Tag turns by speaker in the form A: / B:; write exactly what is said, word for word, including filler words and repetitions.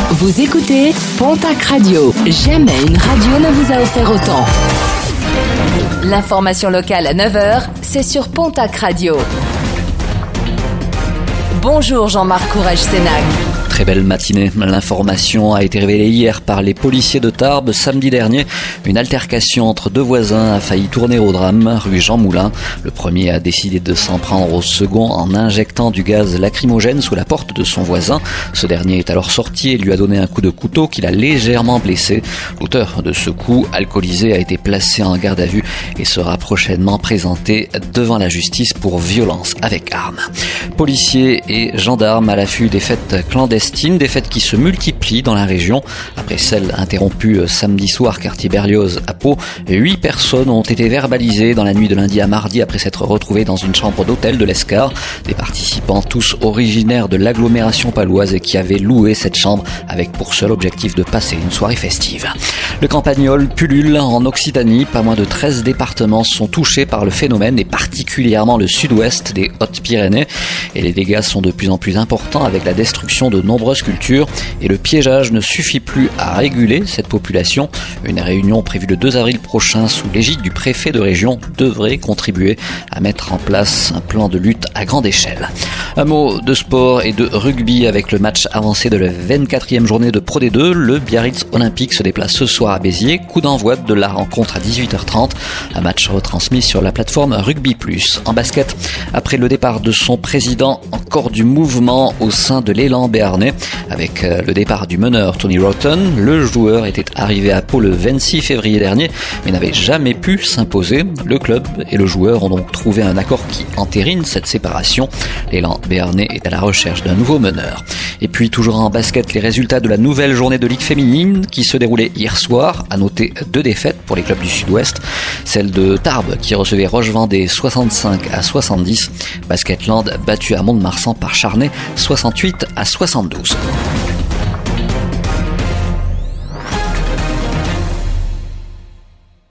A: Vous écoutez Pontac Radio. Jamais une radio ne vous a offert autant. L'information locale à neuf heures, c'est sur Pontac Radio. Bonjour Jean-Marc Courage-Sénac.
B: Très belle matinée. L'information a été révélée hier par les policiers de Tarbes samedi dernier. Une altercation entre deux voisins a failli tourner au drame, rue Jean Moulin. Le premier a décidé de s'en prendre au second en injectant du gaz lacrymogène sous la porte de son voisin. Ce dernier est alors sorti et lui a donné un coup de couteau qui l'a légèrement blessé. L'auteur de ce coup, alcoolisé, a été placé en garde à vue et sera prochainement présenté devant la justice pour violence avec arme. Policiers et gendarmes à l'affût des fêtes clandestines. Des fêtes qui se multiplient dans la région. Après celle interrompue samedi soir, quartier Berlioz à Pau, huit personnes ont été verbalisées dans la nuit de lundi à mardi après s'être retrouvées dans une chambre d'hôtel de l'Escar. Des participants tous originaires de l'agglomération paloise et qui avaient loué cette chambre avec pour seul objectif de passer une soirée festive. Le campagnol pullule en Occitanie. Pas moins de treize départements sont touchés par le phénomène et particulièrement le sud-ouest des Hautes-Pyrénées. Et les dégâts sont de plus en plus importants avec la destruction de nombreuses cultures et le piégeage ne suffit plus à réguler cette population. Une réunion prévue le deux avril prochain sous l'égide du préfet de région devrait contribuer à mettre en place un plan de lutte à grande échelle. Un mot de sport et de rugby avec le match avancé de la vingt-quatrième journée de Pro D deux. Le Biarritz Olympique se déplace ce soir à Béziers. Coup d'envoi de la rencontre à dix-huit heures trente. Un match retransmis sur la plateforme Rugby Plus. En basket, après le départ de son président, encore du mouvement au sein de l'élan béarnais. Avec le départ du meneur Tony Rotten, le joueur était arrivé à Pau le vingt-six février dernier, mais n'avait jamais pu s'imposer. Le club et le joueur ont donc trouvé un accord qui entérine cette séparation. L'élan béarnais est à la recherche d'un nouveau meneur. Et puis toujours en basket, les résultats de la nouvelle journée de Ligue féminine qui se déroulait hier soir. À noter deux défaites pour les clubs du Sud-Ouest. Celle de Tarbes qui recevait Rochevendée soixante-cinq à soixante-dix. Basketland battu à Mont-de-Marsan par Charnay soixante-huit à soixante-douze.